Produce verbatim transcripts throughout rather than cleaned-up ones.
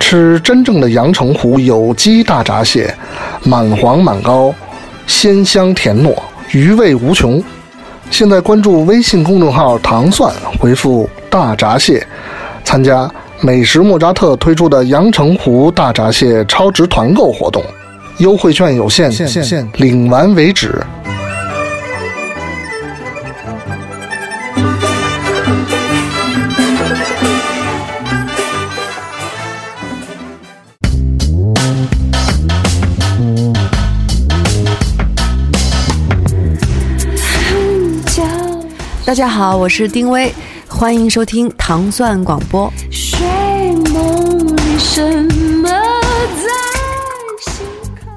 吃真正的阳澄湖有机大闸蟹，满黄满膏，鲜香甜糯，余味无穷。现在关注微信公众号糖蒜，回复大闸蟹，参加美食莫扎特推出的阳澄湖大闸蟹超值团购活动，优惠券有限，领完为止。 大家好，我是丁薇，欢迎收听糖蒜广播。睡梦里什么在心口？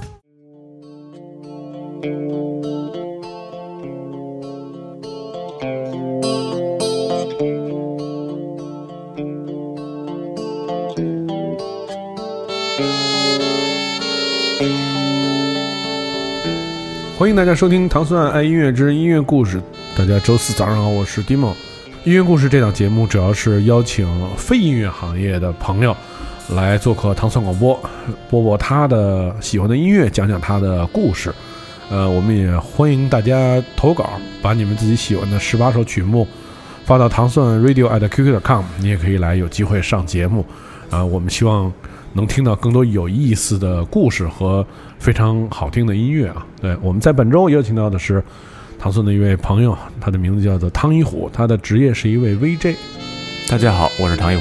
欢迎大家收听糖蒜爱音乐之音乐故事。大家周四早上好，我是 Dimo。 音乐故事这档节目主要是邀请非音乐行业的朋友来做客糖蒜广播，播播他的喜欢的音乐，讲讲他的故事。呃，我们也欢迎大家投稿，把你们自己喜欢的十八首曲目发到糖蒜 radio at q q dot com， 你也可以来有机会上节目。啊、呃，我们希望能听到更多有意思的故事和非常好听的音乐啊。对，我们在本周邀请到的是糖蒜的一位朋友，他的名字叫做汤一虎，他的职业是一位 V J。 大家好，我是汤一虎。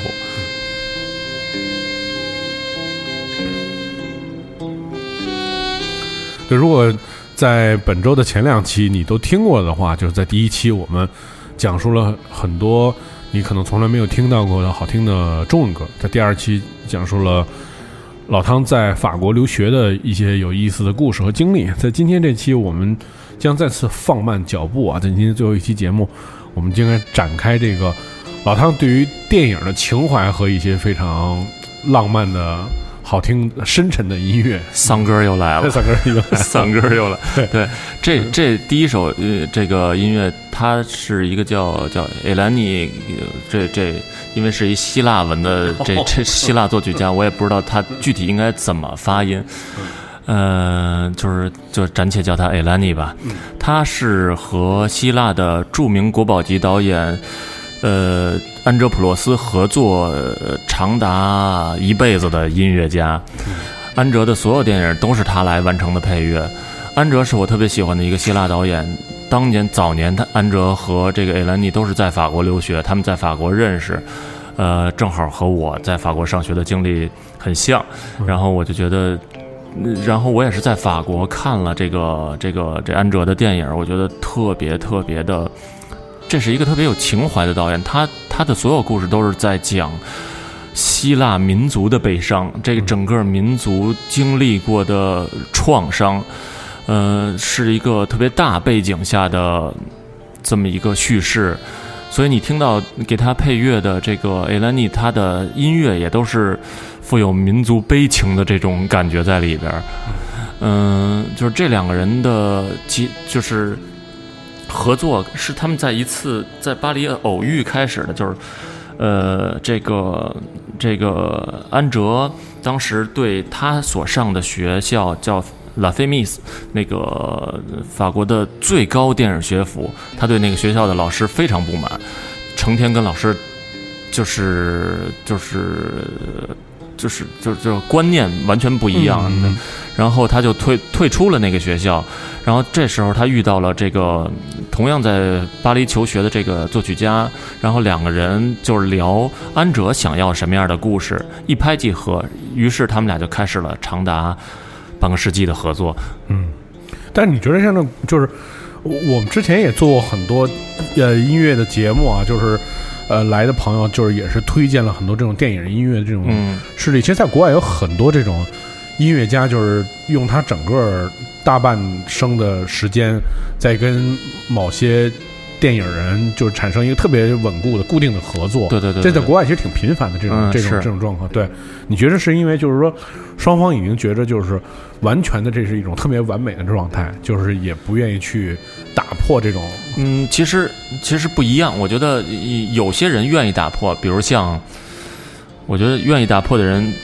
对，如果在本周的前两期你都听过的话，就是在第一期我们讲述了很多你可能从来没有听到过的好听的中文歌，在第二期讲述了老汤在法国留学的一些有意思的故事和经历。在今天这期我们将再次放慢脚步啊，在今天最后一期节目，我们将该展开这个老汤对于电影的情怀和一些非常浪漫的好听深沉的音乐。 丧歌又来了， 丧歌又来了， 丧歌又来了。对，这这第一首呃这个音乐，它是一个叫叫埃兰尼，这这因为是一希腊文的这这希腊作曲家，我也不知道他具体应该怎么发音。呃，就是就暂且叫他埃兰尼吧。他是和希腊的著名国宝级导演呃安哲普洛斯合作、呃、长达一辈子的音乐家。安哲的所有电影都是他来完成的配乐。安哲是我特别喜欢的一个希腊导演。当年早年他安哲和这个埃兰尼都是在法国留学，他们在法国认识，呃，正好和我在法国上学的经历很像，然后我就觉得。然后我也是在法国看了这个这个这安哲的电影，我觉得特别特别的，这是一个特别有情怀的导演。他他的所有故事都是在讲希腊民族的悲伤，这个整个民族经历过的创伤，呃，是一个特别大背景下的这么一个叙事。所以你听到给他配乐的这个埃兰尼，他的音乐也都是富有民族悲情的这种感觉在里边。嗯，就是这两个人的就是合作是他们在一次在巴黎偶遇开始的，就是呃，这个这个安哲当时对他所上的学校叫拉菲密斯，那个法国的最高电影学府，他对那个学校的老师非常不满，成天跟老师就是就是就是就是就是观念完全不一样的、嗯嗯、然后他就退退出了那个学校。然后这时候他遇到了这个同样在巴黎求学的这个作曲家，然后两个人就是聊安哲想要什么样的故事，一拍即合，于是他们俩就开始了长达半个世纪的合作。 嗯，但是你觉得像这就是我们之前也做过很多呃音乐的节目啊，就是呃来的朋友就是也是推荐了很多这种电影音乐的这种势力、嗯、其实在国外有很多这种音乐家，就是用他整个大半生的时间在跟某些电影人就产生一个特别稳固的固定的合作。 对对 对, 对， 这在国外其实挺频繁的这种、嗯、这种这种状况。对，你觉得是因为就是说双方已经觉得就是完全的这是一种特别完美的状态，就是也不愿意去打破这种。 嗯，其实其实不一样。我觉得有些人愿意打破，比如像我觉得愿意打破的人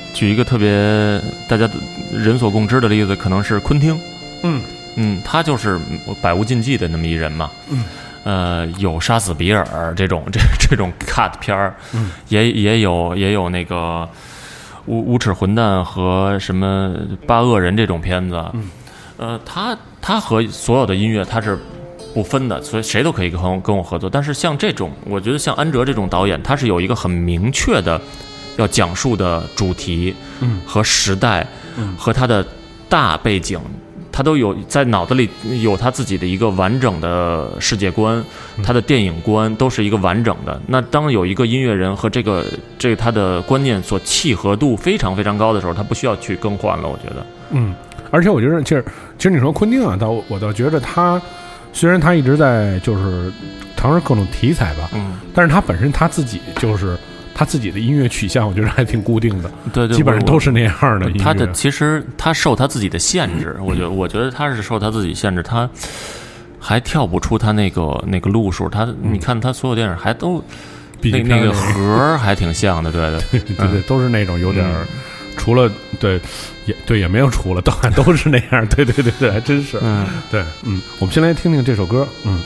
举一个特别大家人所共知的例子，可能是昆汀。 嗯嗯，他就是百无禁忌的那么一人嘛。 嗯， 呃，有杀死比尔这种这这种 cut 片儿， 嗯， 也也有也有那个无无耻混蛋和什么八恶人这种片子。 嗯， 呃，他他和所有的音乐他是不分的，所以谁都可以跟我跟我合作。但是像这种，我觉得像安哲这种导演，他是有一个很明确的要讲述的主题， 嗯， 和时代， 嗯， 和他的大背景。他都有在脑子里有他自己的一个完整的世界观，他的电影观都是一个完整的。那当有一个音乐人和这个这个他的观念所契合度非常非常高的时候，他不需要去更换了。我觉得， 嗯，而且我觉得，其实其实你说昆汀啊，倒我倒觉得他虽然他一直在就是尝试各种题材吧， 嗯， 但是他本身他自己就是他自己的音乐取向，我觉得还挺固定的， 对对， 基本上都是那样的音乐。 他的其实他受他自己的限制，我觉得我觉得他是受他自己限制，他还跳不出他那个那个路数。他、嗯、你看他所有电影还都那那个盒还挺像的，对对对对对，都是那种有点、嗯、除了对也对也没有除了都都是那样，对对对对，还真是。 嗯， 对，嗯，我们先来听听这首歌，嗯。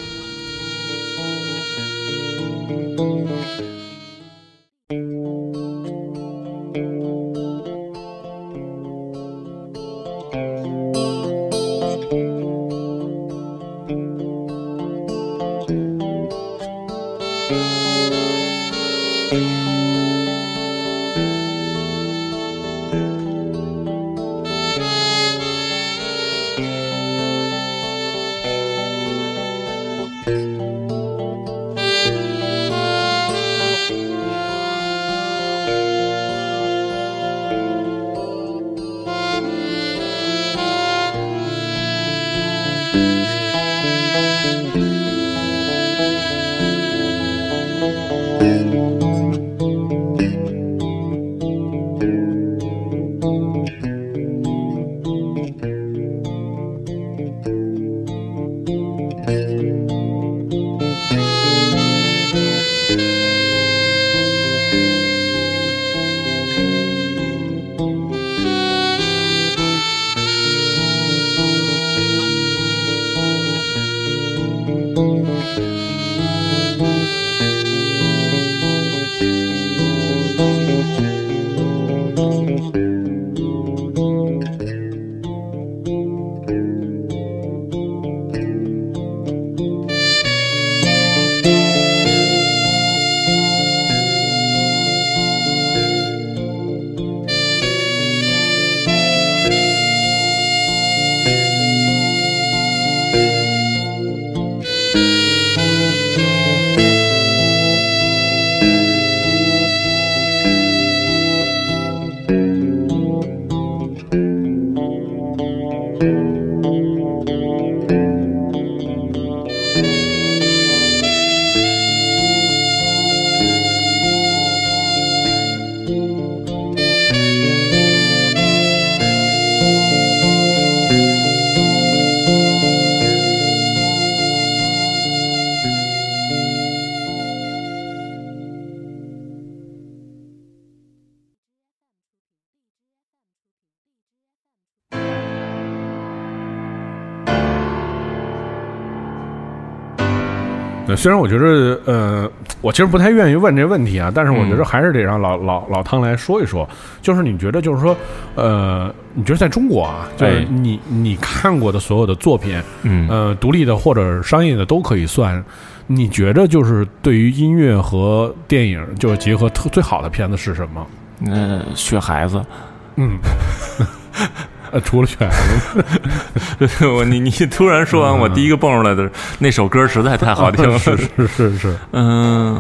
虽然我觉得，呃，我其实不太愿意问这问题啊，但是我觉得还是得让老、嗯、老老汤来说一说。就是你觉得，就是说，呃，你觉得在中国啊，就是你、哎、你看过的所有的作品，嗯，呃，独立的或者商业的都可以算。你觉得就是对于音乐和电影就是结合特最好的片子是什么？ 呃，雪孩子， 嗯。呃，除了选我你你突然说完，我第一个蹦出来的那首歌实在太好听了， 是是是是， 嗯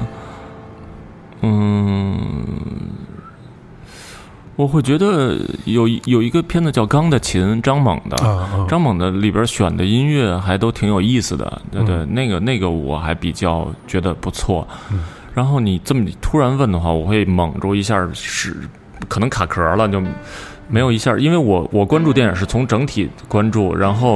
嗯，我会觉得有有一个片子叫《钢的琴》，张猛的， 啊啊、 张猛的里边选的音乐还都挺有意思的，对对，嗯、那个那个我还比较觉得不错。嗯、然后你这么突然问的话，我会懵住一下，是可能卡壳了就。没有一下，因为我我关注电影是从整体关注，然后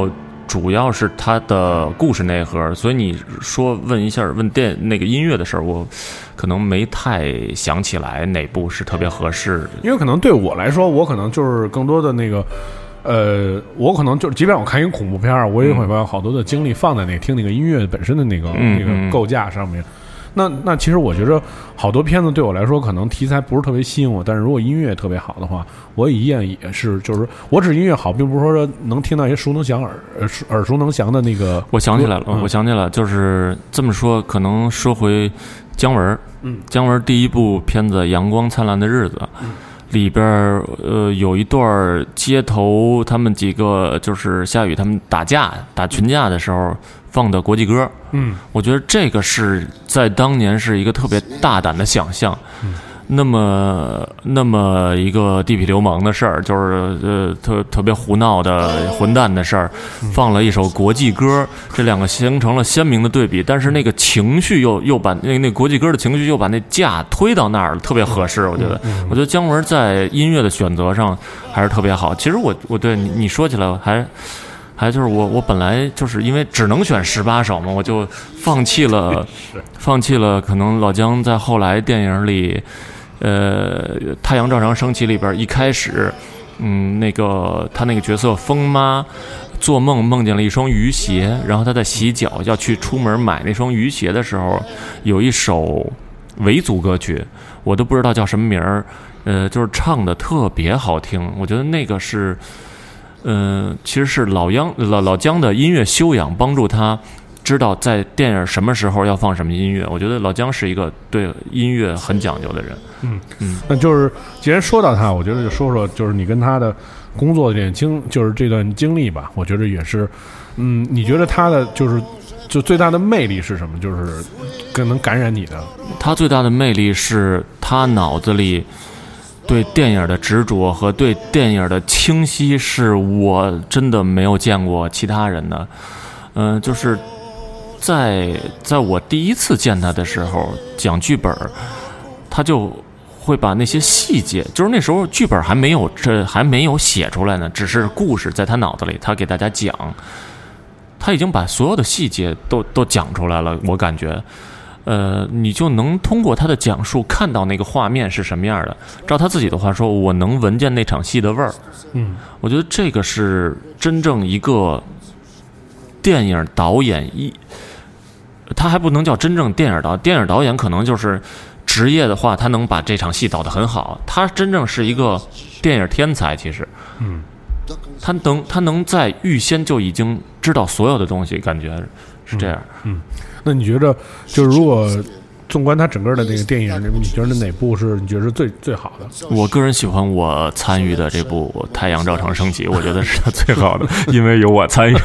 主要是它的故事内核，所以你说问一下问电那个音乐的事儿，我可能没太想起来哪部是特别合适的。 因为可能对我来说，我可能就是更多的那个，呃，我可能就即便我看一个恐怖片儿，我也会把好多的精力放在那个听那个音乐本身的那个、 嗯、 那个构架上面。那那其实我觉得好多片子对我来说可能题材不是特别吸引我，但是如果音乐特别好的话，我一样也是，就是我指音乐好，并不是说能听到一些熟能详耳、耳熟能详的那个。 我想起来了， 嗯、 我想起来了，就是这么说，可能说回姜文， 嗯， 姜文第一部片子《阳光灿烂的日子》。嗯，里边呃有一段街头他们几个就是下雨他们打架打群架的时候放的国际歌， 嗯， 我觉得这个是在当年是一个特别大胆的想象。 嗯， 那么那么一个地痞流氓的事儿，就是呃特特别胡闹的混蛋的事儿，放了一首国际歌，这两个形成了鲜明的对比，但是那个情绪又又把那那国际歌的情绪又把那架推到那儿了，特别合适。我觉得，我觉得姜文在音乐的选择上还是特别好。其实我我对你你说起来还。还就是我，我本来就是因为只能选十八首嘛，我就放弃了，放弃了。可能老姜在后来电影里，呃，《太阳照常升起》里边一开始，嗯，那个他那个角色风妈做梦梦见了一双雨鞋，然后他在洗脚要去出门买那双雨鞋的时候，有一首维族歌曲，我都不知道叫什么名儿，呃，就是唱的特别好听，我觉得那个是。嗯、呃，其实是老央老老姜的音乐修养帮助他知道在电影什么时候要放什么音乐。我觉得老姜是一个对音乐很讲究的人。 嗯嗯，那就是既然说到他，我觉得就说说就是你跟他的工作这段经，就是这段经历吧。我觉得也是，嗯，你觉得他的就是就最大的魅力是什么？就是更能感染你的。 他最大的魅力是他脑子里。对电影的执着和对电影的清晰，是我真的没有见过其他人的。嗯、呃，就是在在我第一次见他的时候，讲剧本，他就会把那些细节，就是那时候剧本还没有这还没有写出来呢，只是故事在他脑子里，他给大家讲，他已经把所有的细节都都讲出来了，我感觉。呃，你就能通过他的讲述看到那个画面是什么样的。照他自己的话说，我能闻见那场戏的味儿。 嗯， 我觉得这个是真正一个电影导演一，他还不能叫真正电影导演，电影导演可能就是职业的话，他能把这场戏导得很好。他真正是一个电影天才，其实， 嗯， 他能他能在预先就已经知道所有的东西，感觉是这样。 嗯。嗯，那你觉得，就是如果纵观他整个的那个电影，你觉得哪部是你觉得是最最好的？ 我个人喜欢我参与的这部《太阳照常升起》，我觉得是最好的，因为有我参与。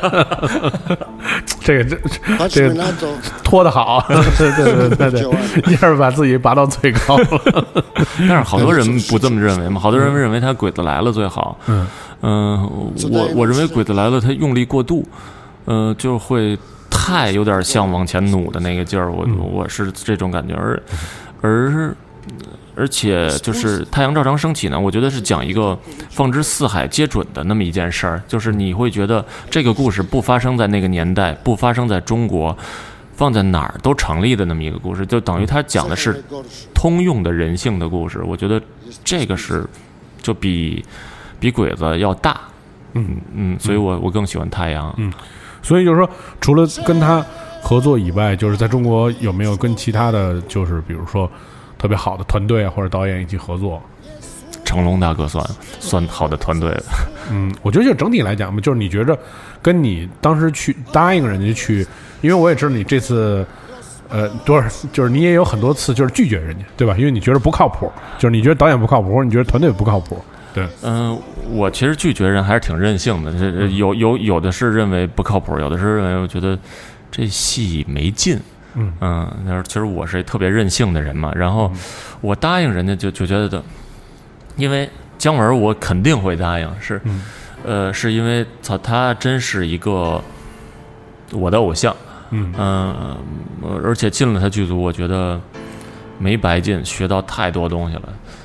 这个这这个拖得好，对对对对对，一下把自己拔到最高了。 但是好多人不这么认为嘛，好多人认为他《鬼子来了》最好。 嗯嗯、呃，我我认为《鬼子来了》他用力过度，呃，就会。太有点像往前努的那个劲儿，我我是这种感觉，而而而且就是太阳照常升起呢，我觉得是讲一个放之四海皆准的那么一件事儿，就是你会觉得这个故事不发生在那个年代，不发生在中国，放在哪儿都成立的那么一个故事，就等于它讲的是通用的人性的故事。我觉得这个是就比比鬼子要大，嗯嗯，所以我我更喜欢太阳， 嗯。所以就是说，除了跟他合作以外，就是在中国有没有跟其他的就是比如说特别好的团队啊或者导演一起合作？ 成龙大哥算算好的团队了。 嗯，我觉得就整体来讲嘛，就是你觉着跟你当时去答应人家去，因为我也知道你这次呃多少，就是你也有很多次就是拒绝人家，对吧？因为你觉得不靠谱，就是你觉得导演不靠谱，或者你觉得团队不靠谱。对， 嗯、呃，我其实拒绝人还是挺任性的，这有有有的是认为不靠谱，有的是认为我觉得这戏没劲， 嗯嗯，其实我是特别任性的人嘛，然后我答应人家就就觉得，因为姜文我肯定会答应，是， 嗯、 呃，是因为操他真是一个我的偶像， 嗯嗯、呃，而且进了他剧组，我觉得没白进，学到太多东西了。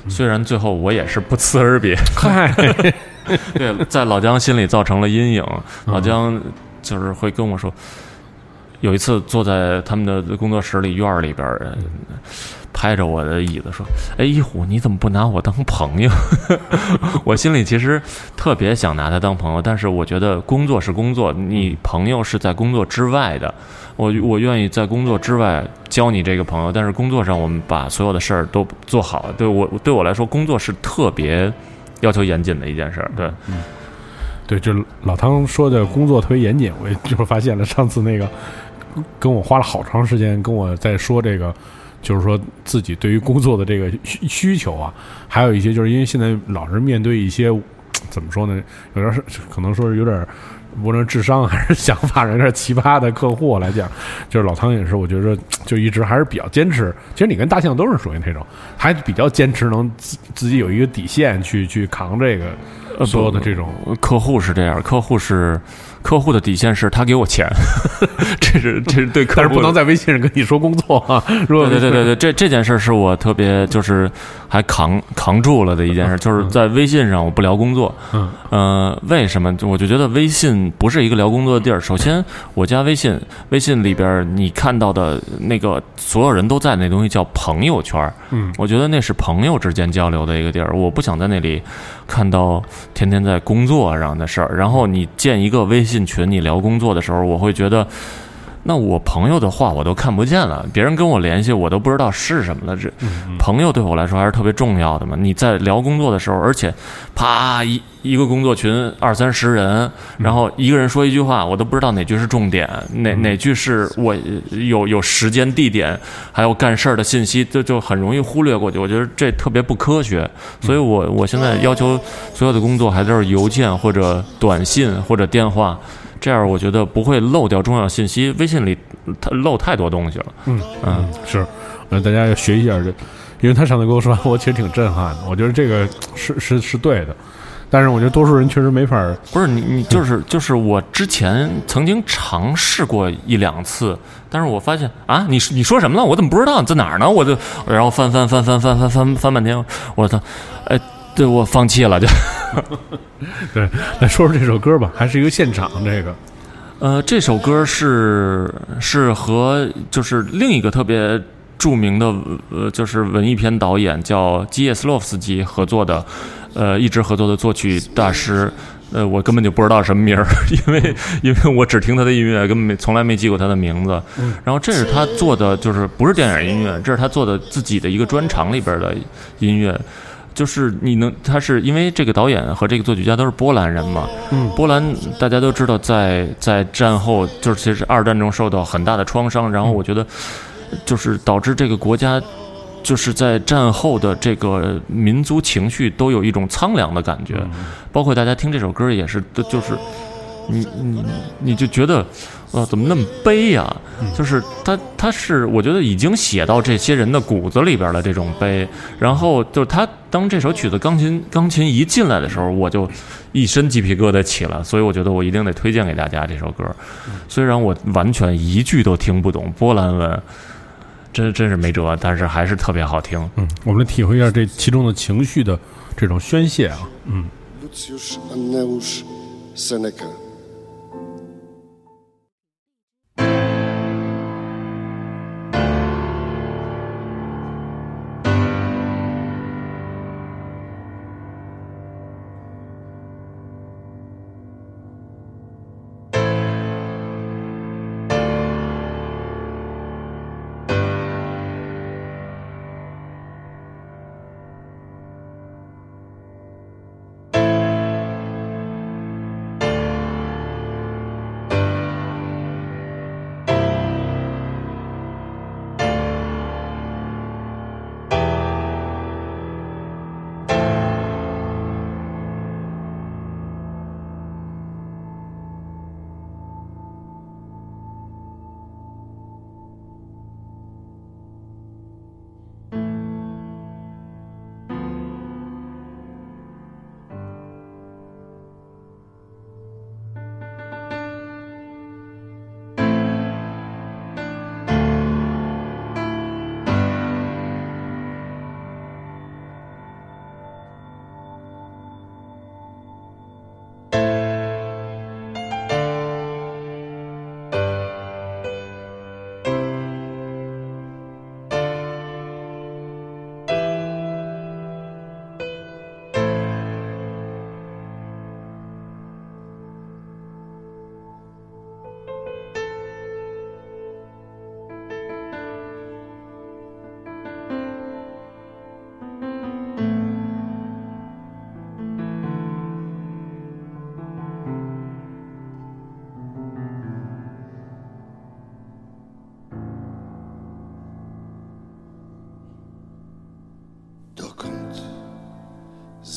虽然最后我也是不辞而别。 嗨， 对，在老姜心里造成了阴影。老姜就是会跟我说，有一次坐在他们的工作室里院里边，拍着我的椅子说：“哎，一虎，你怎么不拿我当朋友？”我心里其实特别想拿他当朋友，但是我觉得工作是工作，你朋友是在工作之外的。我我愿意在工作之外交你这个朋友，但是工作上我们把所有的事儿都做好。对我对我来说，工作是特别要求严谨的一件事儿。对， 嗯，对，就老汤说的工作特别严谨，我就是发现了上次那个跟我花了好长时间跟我在说这个。就是说自己对于工作的这个需需求啊，还有一些就是因为现在老是面对一些怎么说呢，有点可能说是有点无论智商还是想法有点奇葩的客户来讲，就是老汤也是，我觉得就一直还是比较坚持。其实你跟大象都是属于那种还比较坚持，能自自己有一个底线去去扛这个所有的这种。 客户是这样，客户是。客户的底线是他给我钱，这是这是对客户， 但是不能在微信上跟你说工作啊。 对对对对对，这这件事是我特别就是还扛扛住了的一件事，就是在微信上我不聊工作。嗯呃，为什么？我就觉得微信不是一个聊工作的地儿。首先，我加微信，微信里边你看到的那个所有人都在那东西叫朋友圈。嗯，我觉得那是朋友之间交流的一个地儿，我不想在那里看到天天在工作上的事儿。然后你建一个微信群，你聊工作的时候，我会觉得，那我朋友的话我都看不见了，别人跟我联系我都不知道是什么了。这朋友对我来说还是特别重要的嘛。你在聊工作的时候，而且啪一一个工作群二三十人，然后一个人说一句话，我都不知道哪句是重点，哪哪句是我有有时间地点还有干事儿的信息，就就很容易忽略过去。我觉得这特别不科学，所以我我现在要求所有的工作还都是邮件或者短信或者电话。这样我觉得不会漏掉重要信息，微信里它漏太多东西了。嗯嗯，是，呃，大家要学一下这，因为他上次跟我说，我其实挺震撼的。我觉得这个是是是对的，但是我觉得多数人确实没法。 不是你你就是就是我之前曾经尝试过一两次，但是我发现啊，你你说什么了？我怎么不知道？你在哪儿呢？我就然后翻翻翻翻翻翻翻翻半天，我操，哎。对，我放弃了就。 对，来说说这首歌吧，还是一个现场这个。 呃，这首歌是是和就是另一个特别著名的呃，就是文艺片导演叫基耶斯洛夫斯基合作的，呃，一直合作的作曲大师。呃，我根本就不知道什么名儿，因为因为我只听他的音乐，根本没从来没记过他的名字。然后这是他做的，就是不是电影音乐，这是他做的自己的一个专场里边的音乐。就是你能，他是因为这个导演和这个作曲家都是波兰人嘛，嗯，波兰大家都知道在，在在战后就是其实二战中受到很大的创伤，然后我觉得就是导致这个国家就是在战后的这个民族情绪都有一种苍凉的感觉，嗯、包括大家听这首歌也是，就是你你你就觉得。呃，怎么那么悲呀、啊？就是他，他是我觉得已经写到这些人的骨子里边的这种悲。然后就是他当这首曲子钢琴钢琴一进来的时候，我就一身鸡皮疙瘩起了。所以我觉得我一定得推荐给大家这首歌。虽然我完全一句都听不懂波兰文，真真是没辙，但是还是特别好听。 嗯，我们来体会一下这其中的情绪的这种宣泄啊。嗯。 Lucius Anneus Seneca。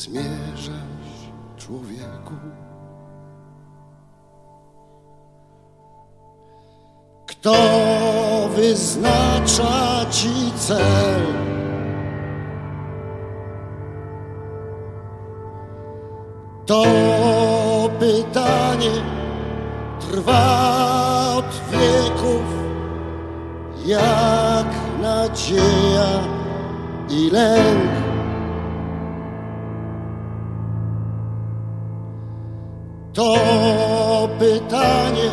zmierzasz, człowieku? Kto wyznacza ci cel? To pytanie trwa od wieków, jak nadzieja i lęk. To pytanie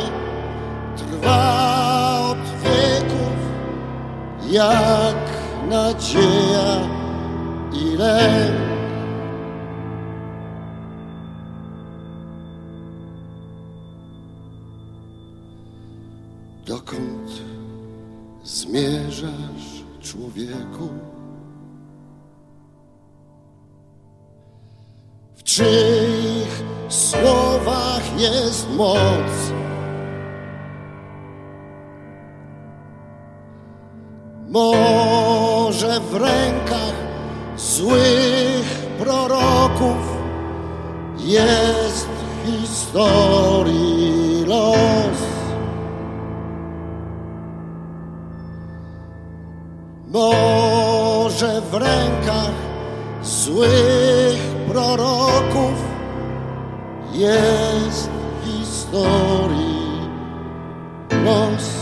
trwa od wieków, jak nadzieja i lęk. Dokąd zmierzasz, człowieku? W czyich słowach jest moc? Może w rękach złych proroków jest historii los? Może w rękach złych proroków jest historii los?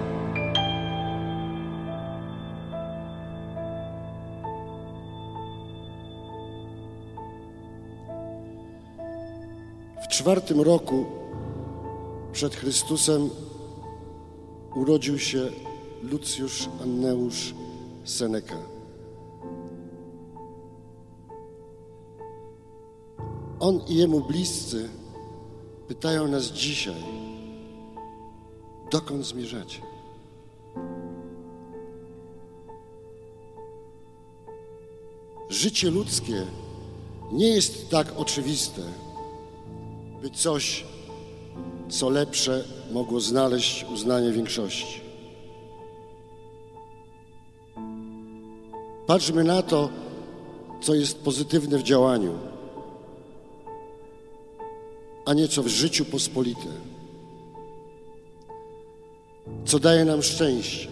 W czwartym roku przed Chrystusem urodził się Lucjusz Anneusz Seneca. On i jemu bliscy pytają nas dzisiaj, dokąd zmierzacie? Życie ludzkie nie jest tak oczywiste, by coś, co lepsze, mogło znaleźć uznanie większości. Patrzmy na to, co jest pozytywne w działaniu, a nie co w życiu pospolite, co daje nam szczęście,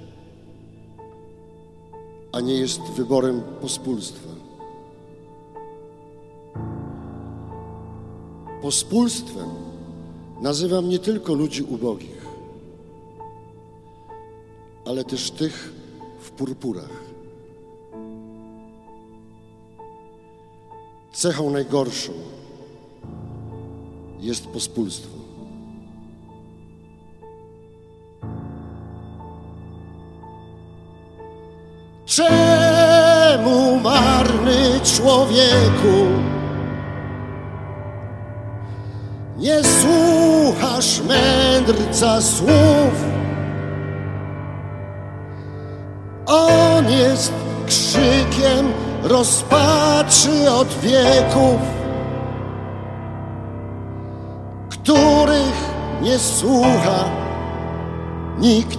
a nie jest wyborem pospólstwa. Pospólstwem nazywam nie tylko ludzi ubogich, ale też tych w purpurach. Cechą najgorszą jest pospólstwo. Czemu, marny człowieku, nie słuchasz mędrca słów? On jest krzykiem rozpaczy od wieków, których nie słucha nikt.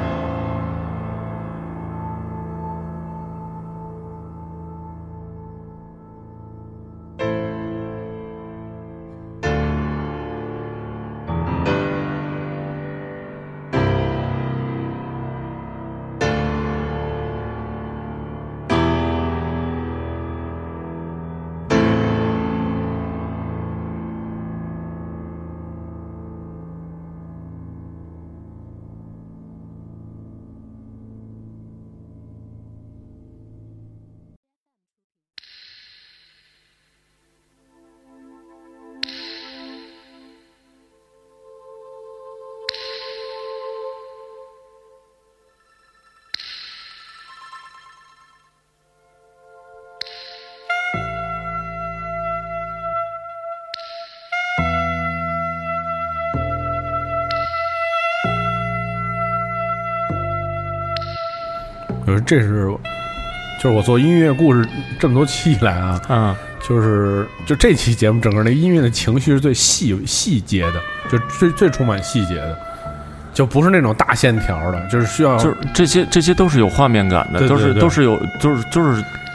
这是就是我做音乐故事这么多期以来啊， 啊， 就是就这期节目整个那音乐的情绪是最细细节的，就最最充满细节的，就不是那种大线条的，就是需要就是这些这些都是有画面感的， 对对对都是都是有就是就是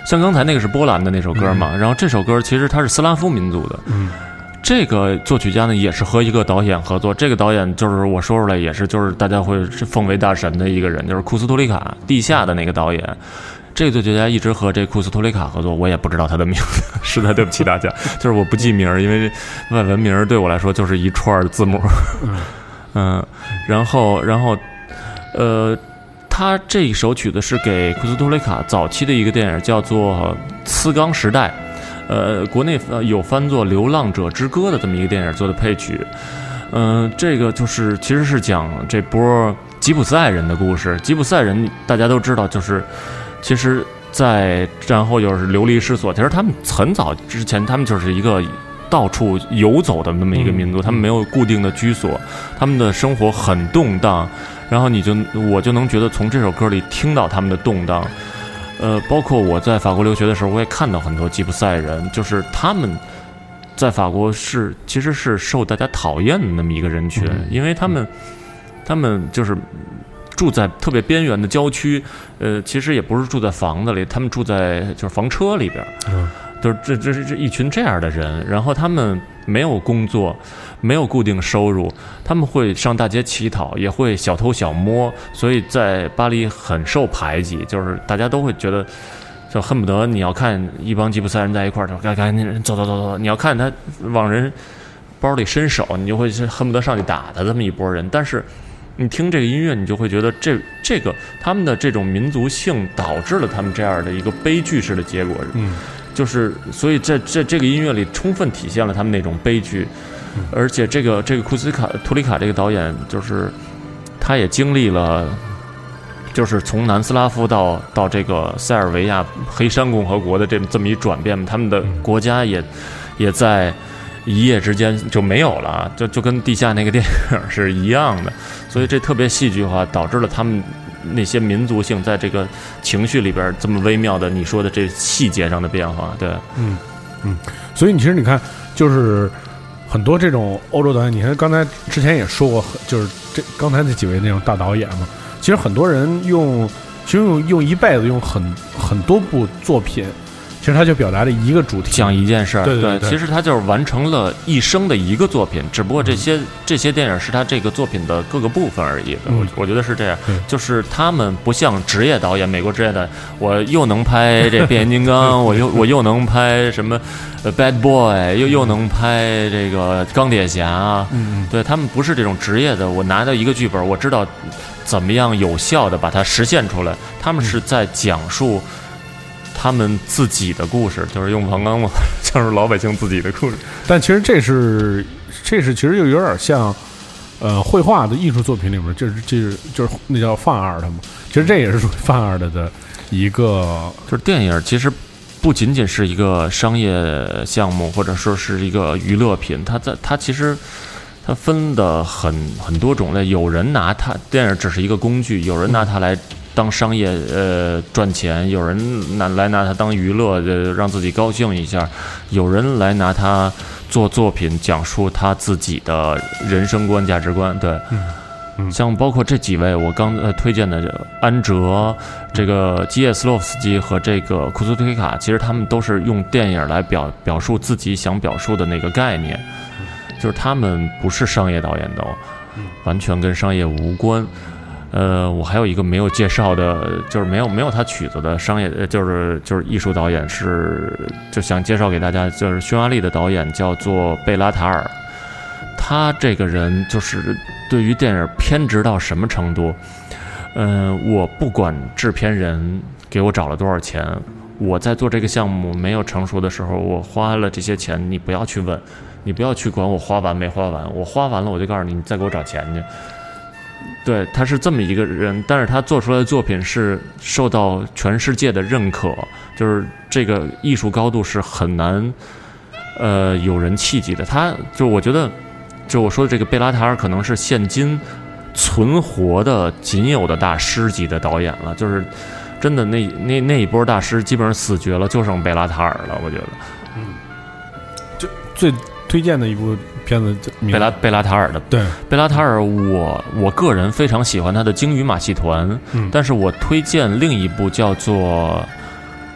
像刚才那个是波兰的那首歌嘛，嗯、然后这首歌其实它是斯拉夫民族的。 嗯， 这个作曲家呢也是和一个导演合作，这个导演就是我说出来也是就是大家会奉为大神的一个人，就是库斯图里卡地下的那个导演。这个作曲家一直和这库斯图里卡合作，我也不知道他的名字，实在对不起大家，就是我不记名，因为外文名对我来说就是一串字母。嗯，然后然后呃，他这一首曲子是给库斯图里卡早期的一个电影叫做《呲钢时代》，呃，国内有翻作《流浪者之歌》的这么一个电影做的配曲。嗯、呃，这个就是其实是讲这波吉普赛人的故事。吉普赛人大家都知道，就是其实在战后又是流离失所，其实他们很早之前他们就是一个到处游走的那么一个民族，他们没有固定的居所，他们的生活很动荡，然后你就我就能觉得从这首歌里听到他们的动荡。呃，包括我在法国留学的时候，我也看到很多吉普赛人，就是他们在法国是其实是受大家讨厌的那么一个人群，因为他们他们就是住在特别边缘的郊区，呃，其实也不是住在房子里，他们住在就是房车里边，嗯，就是这这这一群这样的人，然后他们没有工作，没有固定收入，他们会上大街乞讨，也会小偷小摸，所以在巴黎很受排挤，就是大家都会觉得，就恨不得你要看一帮吉普赛人在一块儿，就赶赶紧走走走走，你要看他往人包里伸手，你就会恨不得上去打他这么一拨人，但是你听这个音乐，你就会觉得这这个他们的这种民族性导致了他们这样的一个悲剧式的结果。 嗯， 就是所以这这这个音乐里充分体现了他们那种悲剧，嗯、而且这个这个库斯卡图里卡这个导演，就是他也经历了，就是从南斯拉夫到到这个塞尔维亚黑山共和国的这这么一转变，他们的国家也、嗯、也在一夜之间就没有了，就就跟地下那个电影是一样的，所以这特别戏剧化，导致了他们那些民族性在这个情绪里边这么微妙的你说的这细节上的变化。对， 嗯嗯，所以你其实你看，就是很多这种欧洲导演，你看刚才之前也说过，就是这刚才那几位那种大导演嘛，其实很多人用，其实用用一辈子用很很多部作品。其实他就表达了一个主题， 讲一件事儿。 对对对， 其实他就是完成了一生的一个作品，只不过这些、嗯、这些电影是他这个作品的各个部分而已。 嗯、 我我觉得是这样，就是他们不像职业导演，美国职业导演，我又能拍这变形金刚，我又我又能拍什么呃 Bad Boy， 又又能拍这个钢铁侠。 嗯， 对他们不是这种职业的，我拿到一个剧本，我知道怎么样有效的把它实现出来。他们是在讲述他们自己的故事，就是用王刚嘛，讲述老百姓自己的故事。 但其实这是，这是其实又有点像，呃，绘画的艺术作品里面，就是就是就是那叫泛 art 嘛。其实这也是属于泛 art 的一个， 就是电影其实不仅仅是一个商业项目，或者说是一个娱乐品，它在它其实它分的很很多种类。有人拿它电影只是一个工具，有人拿它来当商业呃赚钱，有人拿来拿它当娱乐，呃让自己高兴一下，有人来拿它做作品，讲述他自己的人生观、价值观。对， 嗯嗯、 像包括这几位我刚呃推荐的安哲、这个基叶斯洛夫斯基和这个库斯图里卡，其实他们都是用电影来表表述自己想表述的那个概念，就是他们不是商业导演的、哦，完全跟商业无关。呃，我还有一个没有介绍的，就是没有没有他曲子的商业，就是就是艺术导演是，就想介绍给大家，就是匈牙利的导演叫做贝拉塔尔。他这个人就是对于电影偏执到什么程度？嗯、呃，我不管制片人给我找了多少钱，我在做这个项目没有成熟的时候，我花了这些钱，你不要去问，你不要去管我花完没花完，我花完了我就告诉你，你再给我找钱去。对，他是这么一个人，但是他做出来的作品是受到全世界的认可，就是这个艺术高度是很难，呃，有人企及的。他就我觉得，就我说的这个贝拉塔尔可能是现今存活的仅有的大师级的导演了，就是真的那那那一波大师基本上死绝了，就剩贝拉塔尔了，我觉得。 嗯，就最推荐的一部片子， 贝拉贝拉塔尔的。 对， 贝拉塔尔我，我我个人非常喜欢他的《鲸鱼马戏团》， 嗯， 但是我推荐另一部叫做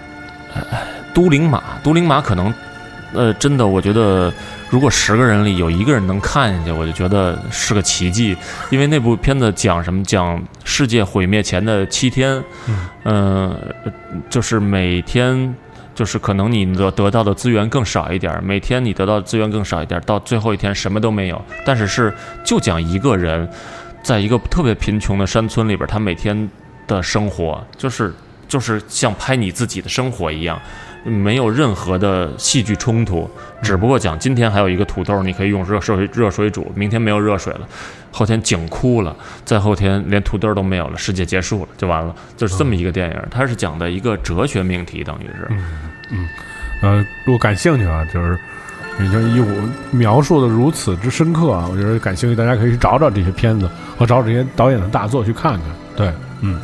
都灵马，都灵马可能，呃，真的，我觉得如果十个人里有一个人能看下去，我就觉得是个奇迹。因为那部片子讲什么？讲世界毁灭前的七天，嗯、呃，就是每天，就是可能你得得到的资源更少一点，每天你得到的资源更少一点，到最后一天什么都没有。但是是就讲一个人，在一个特别贫穷的山村里边，他每天的生活就是就是像拍你自己的生活一样。没有任何的戏剧冲突，只不过讲今天还有一个土豆，你可以用热水热水煮，明天没有热水了，后天井枯了，再后天连土豆都没有了，世界结束了，就完了，就是这么一个电影。它是讲的一个哲学命题，等于是， 嗯嗯，呃，如果感兴趣啊，就是你就以我描述的如此之深刻啊，我觉得感兴趣，大家可以去找找这些片子和找找这些导演的大作去看看。对，嗯。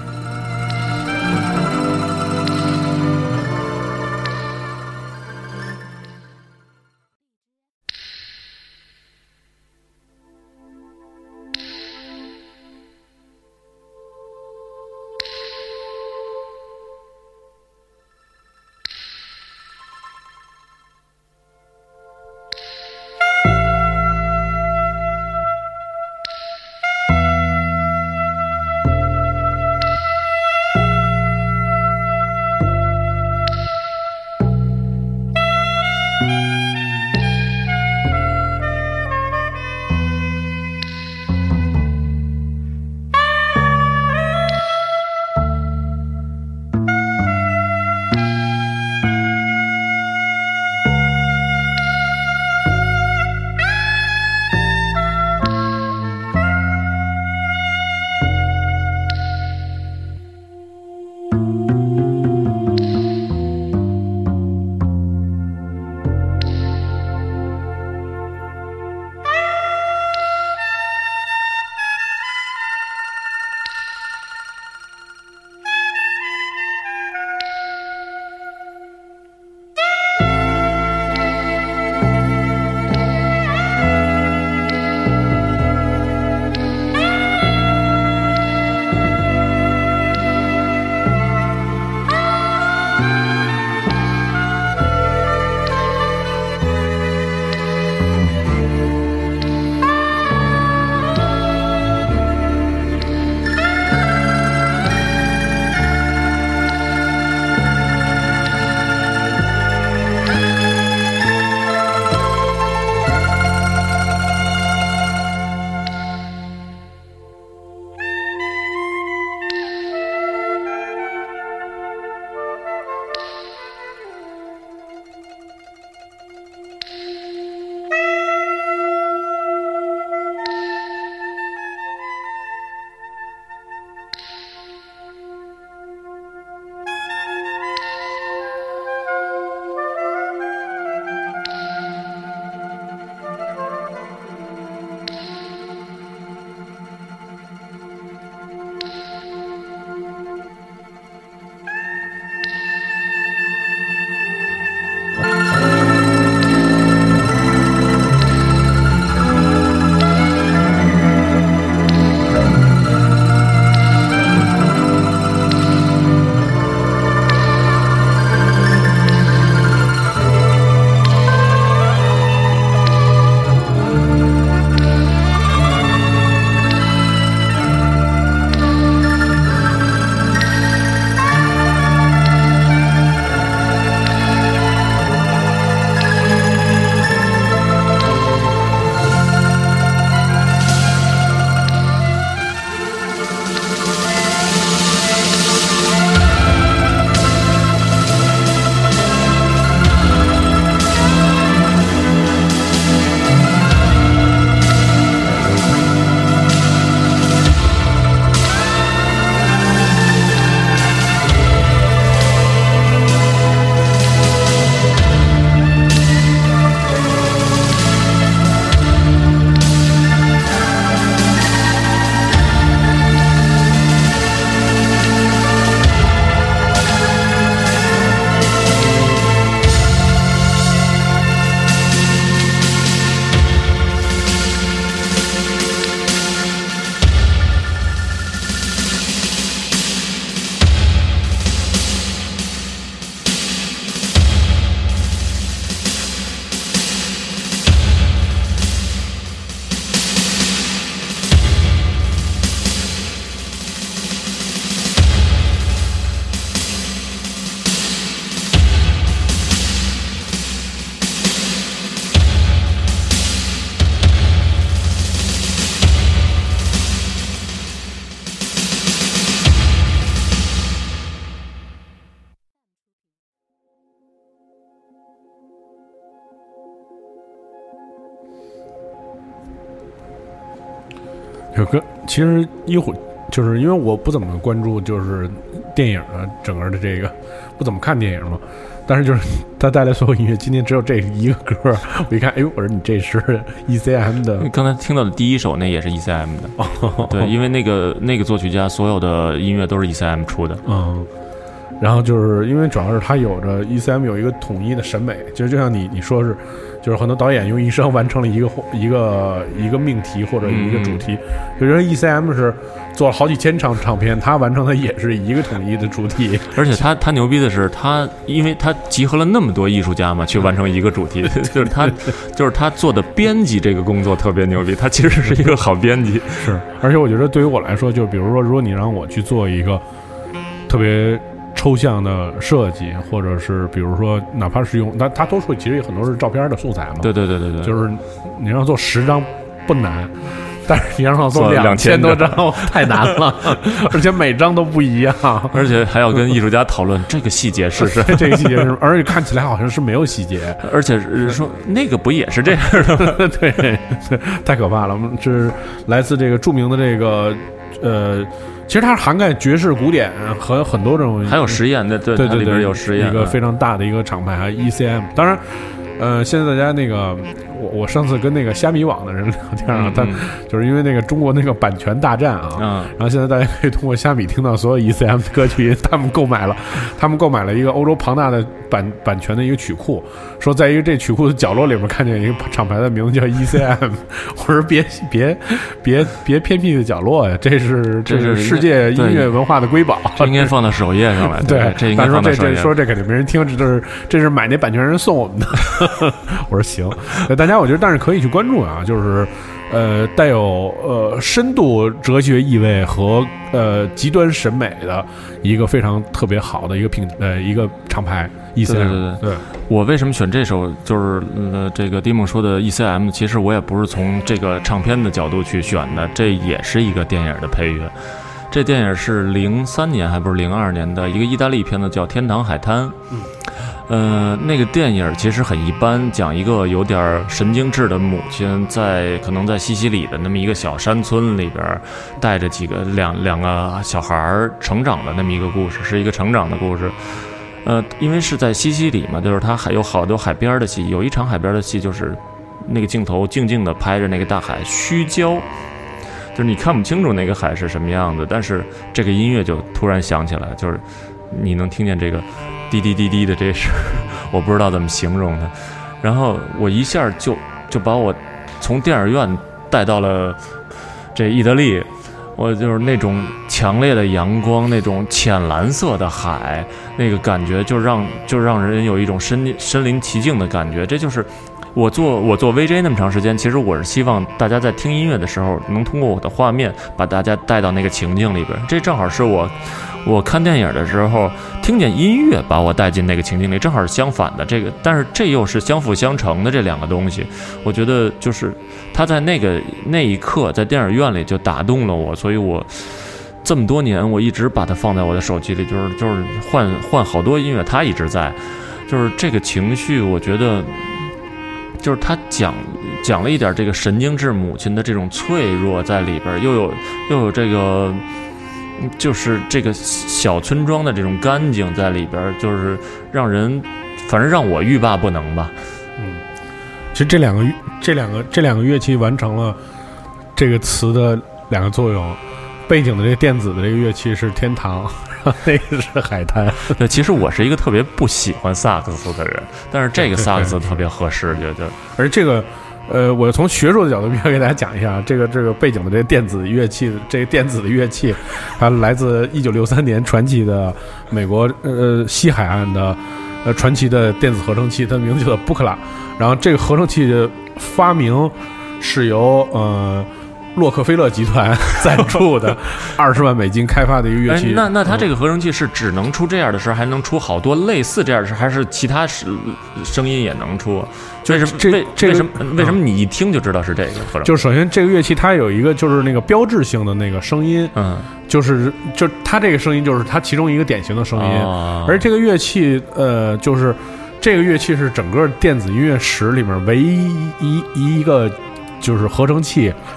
有个其实一会就是因为我不怎么关注就是电影的整个的这个不怎么看电影嘛，但是就是他带来所有音乐，今天只有这一个歌，我一看，哎呦，我说你这是 E C M 的， 刚才听到的第一首那也是 E C M 的，哦、对，因为那个那个作曲家所有的音乐都是 E C M 出的， 嗯。然后就是因为主要是他有着 E C M 有一个统一的审美，其实就像你你说是，就是很多导演用一生完成了一个一个一个命题或者一个主题，就觉得 E C M 是做了好几千场唱片，他完成的也是一个统一的主题。 而且他他牛逼的是，他因为他集合了那么多艺术家嘛，去完成一个主题，就是他就是他做的编辑这个工作特别牛逼，他其实是一个好编辑。 是，而且我觉得对于我来说，就比如说，如果你让我去做一个特别抽象的设计，或者是比如说哪怕是用它它多数其实有很多是照片的素材嘛， 对对对对对， 就是你让做十张不难，但是你让我做两千多张太难了，而且每张都不一样， 而且还要跟艺术家讨论这个细节是是这个细节是，而且看起来好像是没有细节， 而且说那个不也是这样的对对，太可怕了。这是来自这个著名的这个呃。其实它涵盖爵士、古典和很多种， 还有实验的，对对对对， 里边有实验， 一个非常大的一个厂牌，还有 E C M。当然，呃，现在大家那个，我我上次跟那个虾米网的人聊天啊，他、嗯、就是因为那个中国那个版权大战啊，嗯，然后现在大家可以通过虾米听到所有 E C M 的歌曲，他们购买了，他们购买了一个欧洲庞大的版版权的一个曲库，说在一个这曲库的角落里面看见一个厂牌的名字叫 E C M， 我说别别别别偏僻的角落呀，这是这是世界音乐文化的瑰宝， 这应该放到首页上来，对， 对这应该放到首页。 这说这肯定没人听，这就是这是买那版权人送我们的。我说行，大家我觉得但是可以去关注啊，就是呃带有呃深度哲学意味和呃极端审美的一个非常特别好的一个品呃一个厂牌 E C M。 对对对对，我为什么选这首就是呃这个丁梦说的 E C M， 其实我也不是从这个唱片的角度去选的，这也是一个电影的配乐。这电影是零三年还不是零二年的一个意大利片子，叫《天堂海滩》。嗯，呃，那个电影其实很一般，讲一个有点神经质的母亲在可能在西西里的那么一个小山村里边，带着几个两两个小孩成长的那么一个故事，是一个成长的故事。呃，因为是在西西里嘛，就是它还有好多海边的戏，有一场海边的戏就是那个镜头静静地拍着那个大海虚焦。就是你看不清楚那个海是什么样子，但是这个音乐就突然响起来，就是你能听见这个滴滴滴滴的这事，我不知道怎么形容它。然后我一下就就把我从电影院带到了这意大利，我就是那种强烈的阳光，那种浅蓝色的海，那个感觉就让就让人有一种身身临其境的感觉。这就是我做我做 V J 那么长时间，其实我是希望大家在听音乐的时候，能通过我的画面把大家带到那个情境里边。这正好是我我看电影的时候听见音乐把我带进那个情境里，正好是相反的。这个，但是这又是相辅相成的这两个东西。我觉得就是他在那个那一刻在电影院里就打动了我，所以我这么多年我一直把它放在我的手机里，就是就是换换好多音乐，它一直在，就是这个情绪，我觉得。就是他讲讲了一点这个神经质母亲的这种脆弱在里边，又有又有这个就是这个小村庄的这种干净在里边，就是让人反正让我欲罢不能吧。 嗯，其实这两个这两个这两个乐器完成了这个词的两个作用。背景的这个电子的这个乐器是天堂，那个是海滩。 对，其实我是一个特别不喜欢萨克斯的人，但是这个萨克斯特别合适，觉得。 而这个，呃，我从学术的角度必须要给大家讲一下，这个这个背景的这个电子乐器，这个电子的乐器，它来自一九六三年传奇的美国呃西海岸的呃传奇的电子合成器，它的名字叫做布克拉。然后这个合成器的发明是由呃。洛克菲勒集团赞助的二十万美金开发的一个乐器。 那那它这个合成器是只能出这样的声，还能出好多类似这样的声，还是其他声音也能出？为什么这为这为什么为什么你一听就知道是这个合成？ 就首先这个乐器它有一个就是那个标志性的那个声音，嗯，就是就它这个声音就是它其中一个典型的声音，哦、而这个乐器呃就是这个乐器是整个电子音乐史里面唯一一一个就是合成器。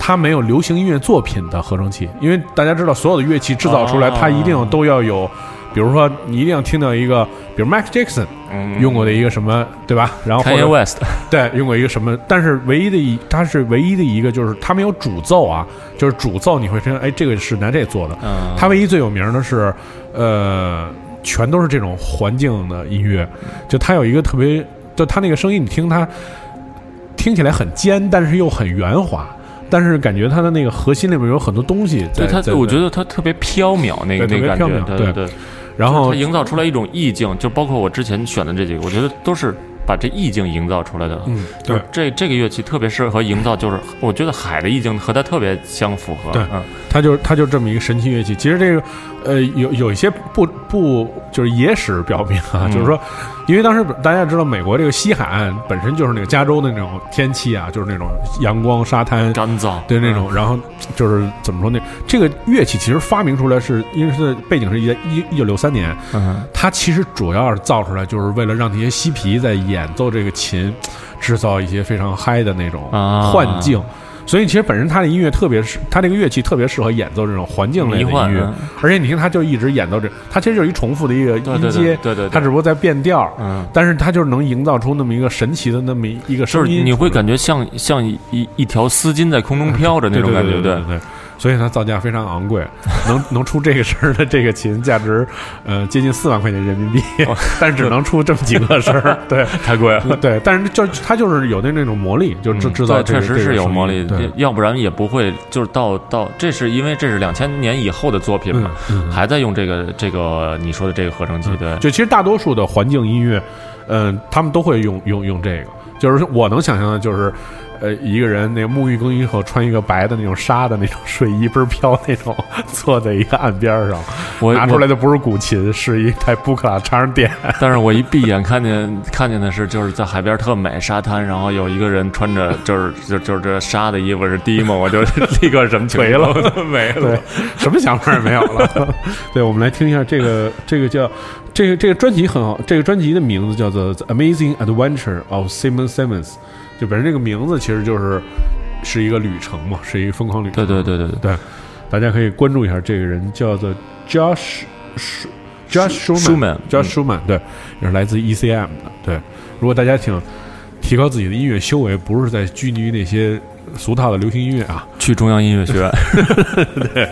它没有流行音乐作品的合成器，因为大家知道，所有的乐器制造出来，它一定都要有，比如说你一定要听到一个，比如 Michael Jackson 用过的一个什么，对吧？然后或者 Kanye West 对用过一个什么，但是唯一的一，它是唯一的一个，就是它没有主奏啊，就是主奏你会听，哎，这个是拿这做的。 嗯， 它唯一最有名的是，呃，全都是这种环境的音乐，就它有一个特别，就它那个声音，你听它听起来很尖，但是又很圆滑。但是感觉它的那个核心里面有很多东西在， 对它，我觉得它特别飘渺，那个那个感觉，对对对。 然后它营造出来一种意境，就包括我之前选的这几个，我觉得都是把这意境营造出来的。 嗯，对， 这这个乐器特别适合营造，就是我觉得海的意境和它特别相符合。 对， 嗯， 它就是它就这么一个神奇乐器。其实这个呃有有一些不不就是野史表明啊，嗯、就是说。因为当时大家知道，美国这个西海岸本身就是那个加州的那种天气啊，就是那种阳光、沙滩、 干燥， 对那种。然后就是怎么说呢？这个乐器其实发明出来是因为它的背景是一一一九六三年， 嗯， 它其实主要是造出来就是为了让这些嬉皮在演奏这个琴，制造一些非常嗨的那种幻境。啊，所以其实本身它的音乐特别适，它这个乐器特别适合演奏这种环境类的音乐，而且你听它就一直演奏这，它其实就是一重复的一个音阶， 对对， 它只不过在变调， 嗯， 但是它就是能营造出那么一个神奇的那么一个声音， 就是你会感觉像像一一条丝巾在空中飘着那种感觉， 对对对。所以它造价非常昂贵，能能出这个声儿的这个琴价值，呃，接近四万块钱人民币，哦、但是只能出这么几个声儿，对， 太贵了。 对，但是就它就是有的那种魔力，就制制造、这个嗯、确实是有魔力， 这个、 要不然也不会就是到到，这是因为这是两千年以后的作品嘛， 嗯嗯、 还在用这个这个你说的这个合成器，对， 就其实大多数的环境音乐，嗯、呃，他们都会用用用这个，就是我能想象的就是。呃，一个人那个沐浴更衣后穿一个白的那种纱的那种睡衣，倍儿飘那种，坐在一个岸边上， 我拿出来的不是古琴，是一台布克拉长点。 但是我一闭眼看见看见的是，就是在海边特美沙滩，然后有一个人穿着就是就就是这纱的衣服是迪梦，我就立刻什么颓了， 没了， 对，什么想法也没有了。对，我们来听一下这个这个叫这个这个专辑很好，这个专辑的名字叫做《The Amazing Adventure of Simon Simmons》。就本身这个名字其实就是是一个旅程嘛，是一个疯狂旅程。 对对对对对, 对，大家可以关注一下这个人，叫做 Josh Josh Schumann，Josh Schumann，对，也是来自 E C M 的。对，如果大家想提高自己的音乐修为，不是在拘泥于那些俗套的流行音乐啊， 去中央音乐学院。 对。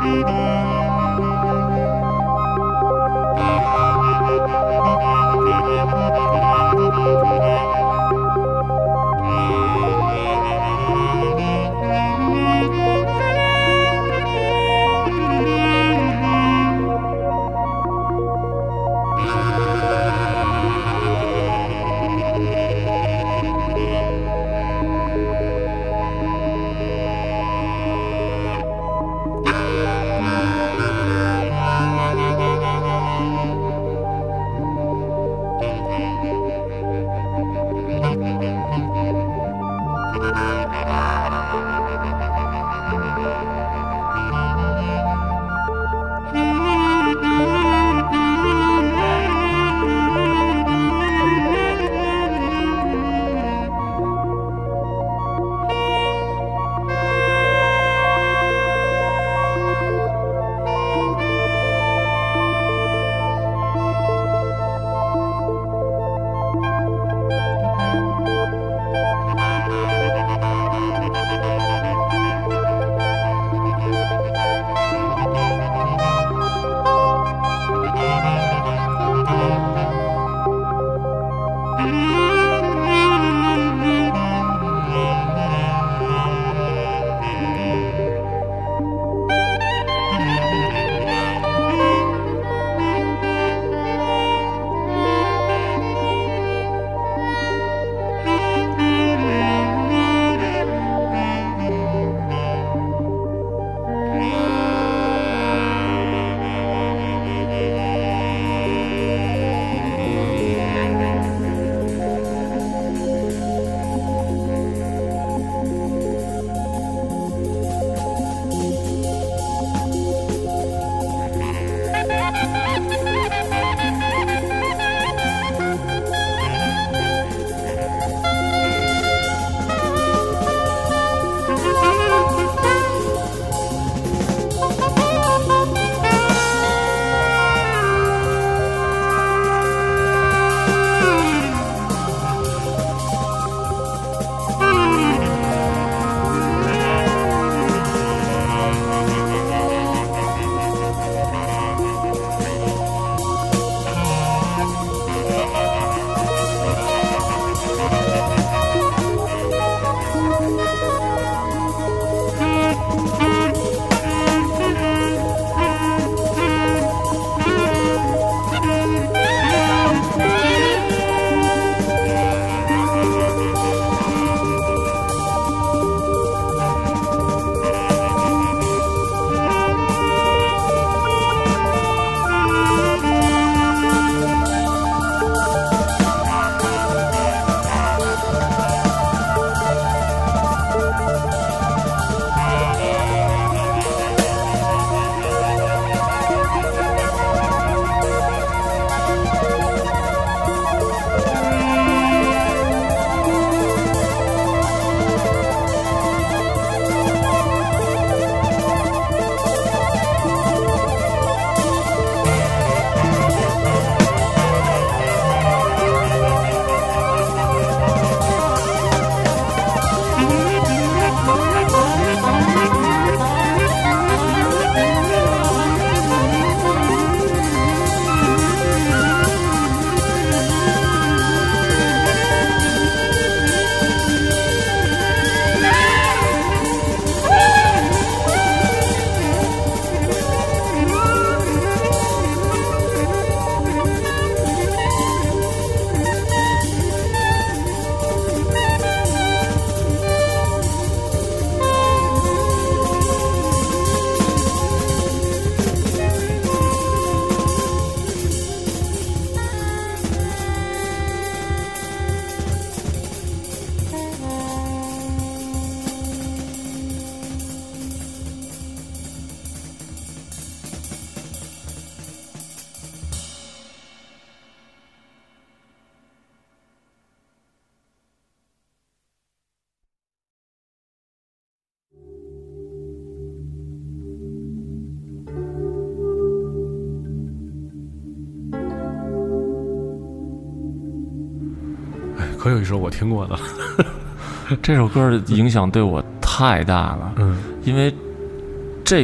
可有一首我听过的， 这首歌的影响对我太大了。 嗯， 因为这个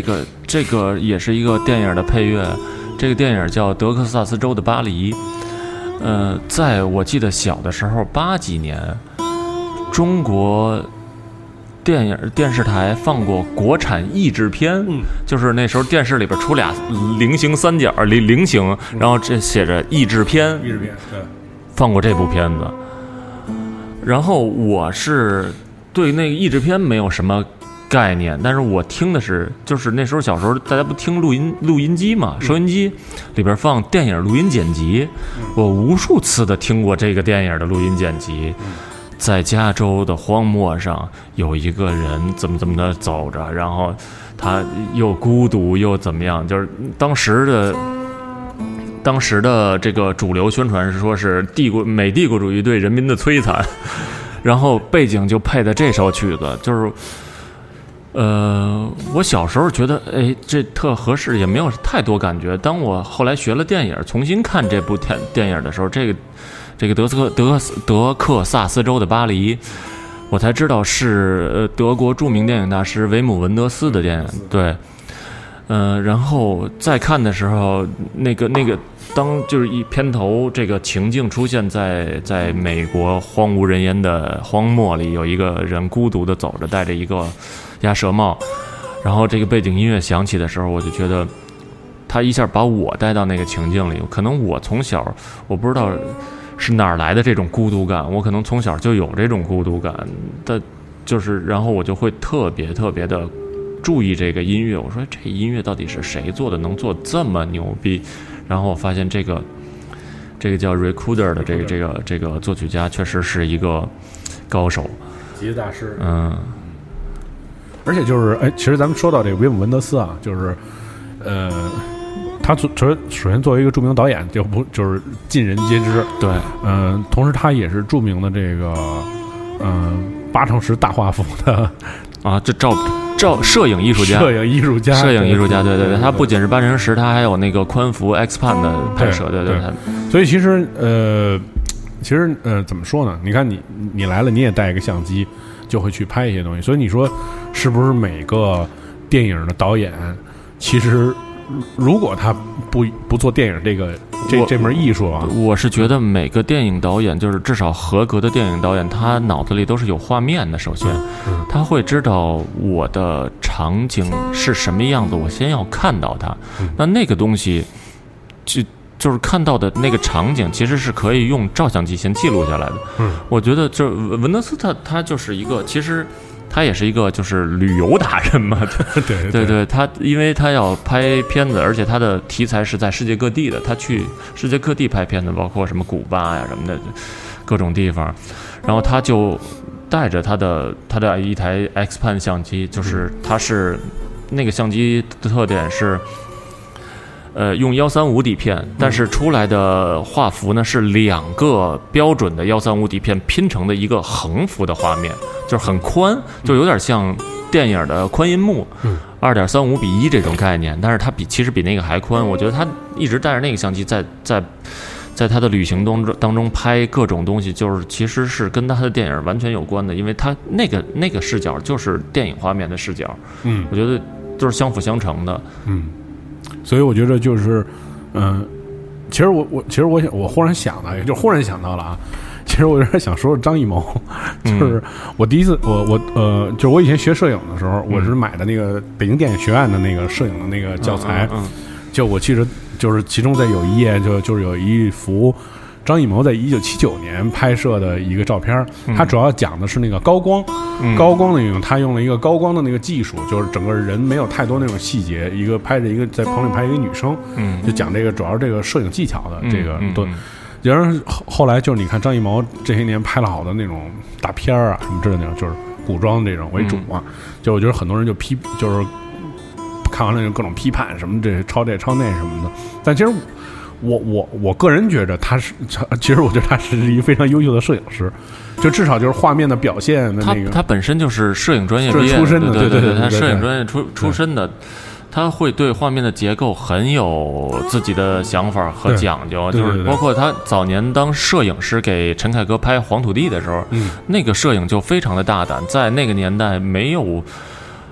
这个也是一个电影的配乐，这个电影叫《德克萨斯州的巴黎》。呃，在我记得小的时候，八几年，中国电影电视台放过国产译制片，嗯，就是那时候电视里边出俩菱形三角，菱菱形，然后这写着译制片， 译制片，对， 放过这部片子。然后我是对那个译制片没有什么概念，但是我听的是，就是那时候小时候大家不听录音录音机嘛，收音机里边放电影录音剪辑，我无数次的听过这个电影的录音剪辑。在加州的荒漠上，有一个人怎么怎么的走着，然后他又孤独又怎么样，就是当时的当时的这个主流宣传是说是帝国美帝国主义对人民的摧残，然后背景就配的这首曲子，就是呃，我小时候觉得哎这特合适，也没有太多感觉。当我后来学了电影，重新看这部电电影的时候，这个这个德克德德克萨斯州的巴黎，我才知道是德国著名电影大师维姆文德斯的电影。对，嗯、呃，然后再看的时候，那个那个当就是一片头这个情境出现在在美国荒无人烟的荒漠里，有一个人孤独的走着，戴着一个鸭舌帽，然后这个背景音乐响起的时候，我就觉得他一下把我带到那个情境里。可能我从小我不知道是哪儿来的这种孤独感，我可能从小就有这种孤独感的，就是然后我就会特别特别的注意这个音乐。我说这音乐到底是谁做的，能做这么牛逼？然后我发现这个这个叫 Recorder 的这个这个这个作曲家确实是一个高手， 吉他大师。 嗯。 而且就是，哎，其实咱们说到这个维姆文德斯啊，就是，呃，他首首先作为一个著名导演，就不就是尽人皆知， 对， 嗯、呃，同时他也是著名的这个，嗯、呃，八乘十大画幅的啊，这照照摄影艺术家， 摄影艺术家， 摄影艺术家，对对对，他不仅是八乘十，他还有那个宽幅 X pan 的拍摄，对对对。 所以其实，呃，其实呃，怎么说呢？你看你你来了，你也带一个相机。就会去拍一些东西，所以你说是不是每个电影的导演，其实如果他不不做电影这个这这门艺术啊， 我是觉得每个电影导演，就是至少合格的电影导演，他脑子里都是有画面的。首先， 嗯、 他会知道我的场景是什么样子，我先要看到它。 嗯、 那那个东西就。就是看到的那个场景，其实是可以用照相机先记录下来的。 嗯， 我觉得就文德斯他他就是一个，其实他也是一个就是旅游达人嘛。 对对对, 对对，他因为他要拍片子，而且他的题材是在世界各地的，他去世界各地拍片子，包括什么古巴呀什么的各种地方，然后他就带着他的他的一台 X pan 相机，就是他是那个相机的特点是。呃，用幺三五底片，但是出来的画幅呢是两个标准的幺三五底片拼成的一个横幅的画面，就是很宽，就有点像电影的宽银幕，二点三五比一这种概念，但是它比其实比那个还宽。我觉得他一直带着那个相机在在在他的旅行当中当中拍各种东西，就是其实是跟他的电影完全有关的，因为他那个那个视角就是电影画面的视角，嗯，我觉得都是相辅相成的， 嗯。所以我觉得就是，嗯、呃，其实我我其实我想我忽然想到，也就忽然想到了啊。其实我有点想说说张艺谋，就是我第一次我我呃，就是我以前学摄影的时候，我是买的那个北京电影学院的那个摄影的那个教材， 嗯嗯嗯、 就我记得就是其中在有一页就就是有一幅。张艺谋在一九七九年拍摄的一个照片，他主要讲的是那个高光，嗯、高光的运用，他用了一个高光的那个技术，就是整个人没有太多那种细节，一个拍着一个在棚里拍一个女生，嗯，就讲这个主要是这个摄影技巧的这个都。然后后来就是你看张艺谋这些年拍了好多那种大片啊什么之类的，就是古装这种为主嘛，嗯、就我觉得很多人就批，就是看完了就各种批判什么这抄这抄那什么的，但其实。我我我个人觉得他是，其实我觉得他是一个非常优秀的摄影师，就至少就是画面的表现的那个。 他他本身就是摄影专业毕业出身的， 对对对对，他摄影专业出出身的，他会对画面的结构很有自己的想法和讲究，就是包括他早年当摄影师给陈凯歌拍《黄土地》的时候，嗯，那个摄影就非常的大胆，在那个年代没有。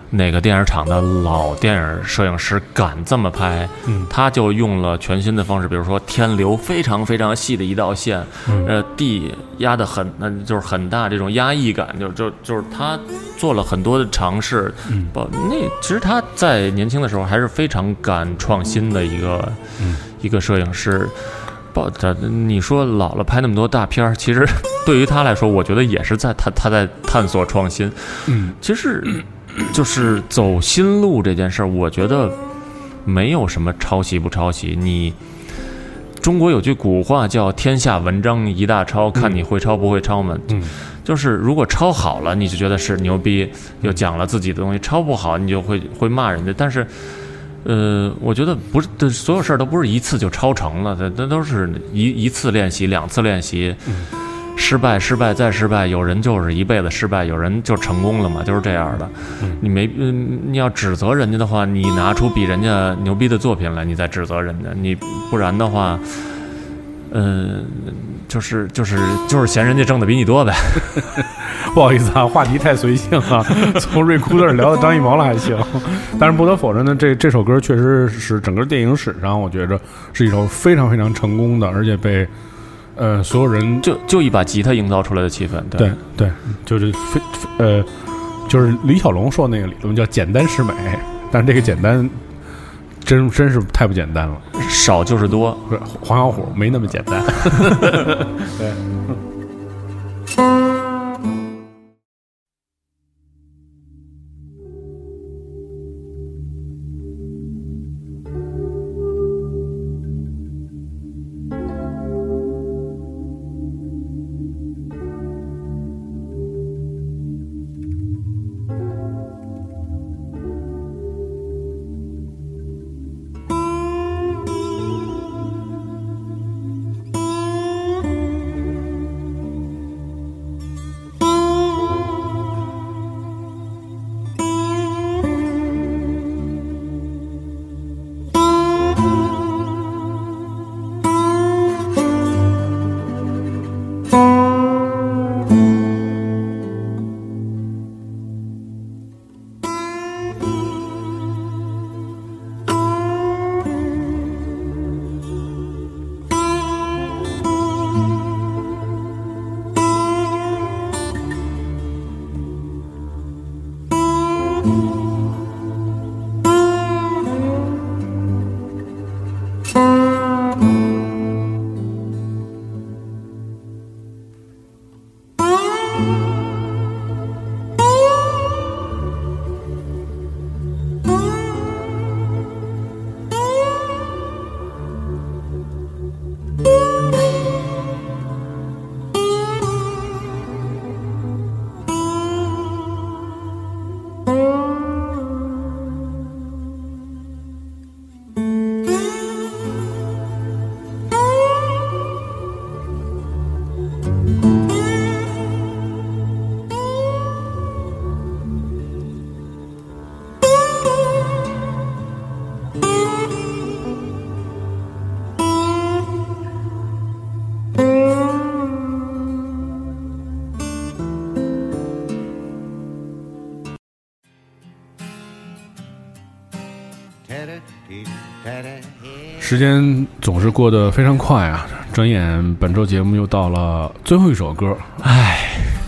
哪个电影厂的老电影摄影师敢这么拍， 嗯， 他就用了全新的方式，比如说天留非常非常细的一道线， 嗯、 呃，地压得很，那就是很大这种压抑感，就就就是他做了很多的尝试， 嗯， 那其实他在年轻的时候还是非常敢创新的一个、 嗯、 一个摄影师。你说老了拍那么多大片儿，其实对于他来说，我觉得也是在他他在探索创新。 嗯， 其实就是走新路这件事儿，我觉得没有什么抄袭不抄袭。你中国有句古话叫"天下文章一大抄，看你会抄不会抄"嘛。 嗯， 就是如果抄好了，你就觉得是牛逼，又讲了自己的东西；抄不好，你就会会骂人家。但是。呃，我觉得不是，所有事儿都不是一次就抄成了，这这都是一一次练习，两次练习， 嗯、 失败，失败再失败。有人就是一辈子失败，有人就成功了嘛，就是这样的。 嗯、 你没，嗯，你要指责人家的话，你拿出比人家牛逼的作品来，你再指责人家，你不然的话，呃，就是就是就是嫌人家挣的比你多呗。 不好意思啊，话题太随性了，从瑞库勒聊到张艺谋了还行。但是不得否认呢，这这首歌确实是整个电影史上，我觉着是一首非常非常成功的，而且被呃所有人就就一把吉他营造出来的气氛。对对对，就是非呃，就是李小龙说那个理论叫简单是美，但是这个简单真真是太不简单了， 少就是多。 不是黄小虎没那么简单。对。时间总是过得非常快啊，转眼本周节目又到了最后一首歌。唉，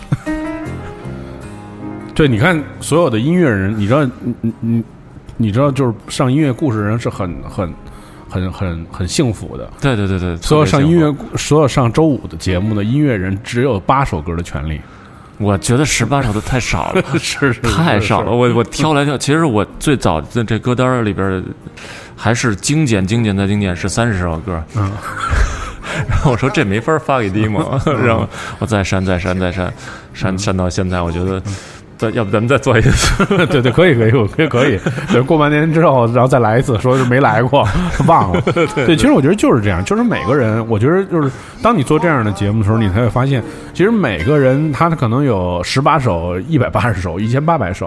对，你看所有的音乐人，你知道，你你你知道，就是上音乐故事人是很很很很很幸福的。 对对对对， 所有上音乐，所有上周五的节目的音乐人只有八首歌的权利。 我觉得十八首都太少了， 是, 是太少了。我我挑来挑，其实我最早的这歌单里边还是精简精简的经典是三十首歌。 嗯， 然后我说这没法发给迪蒙，然后我再删再删再删，删删到现在，我觉得。要不咱们再做一次？ 对对，可以可以可以可以。对，过半年之后，然后再来一次，说是没来过，忘了。对, 对, 对，其实我觉得就是这样，就是每个人，我觉得就是当你做这样的节目的时候，你才会发现，其实每个人他可能有十八首、一百八十首、一千八百首，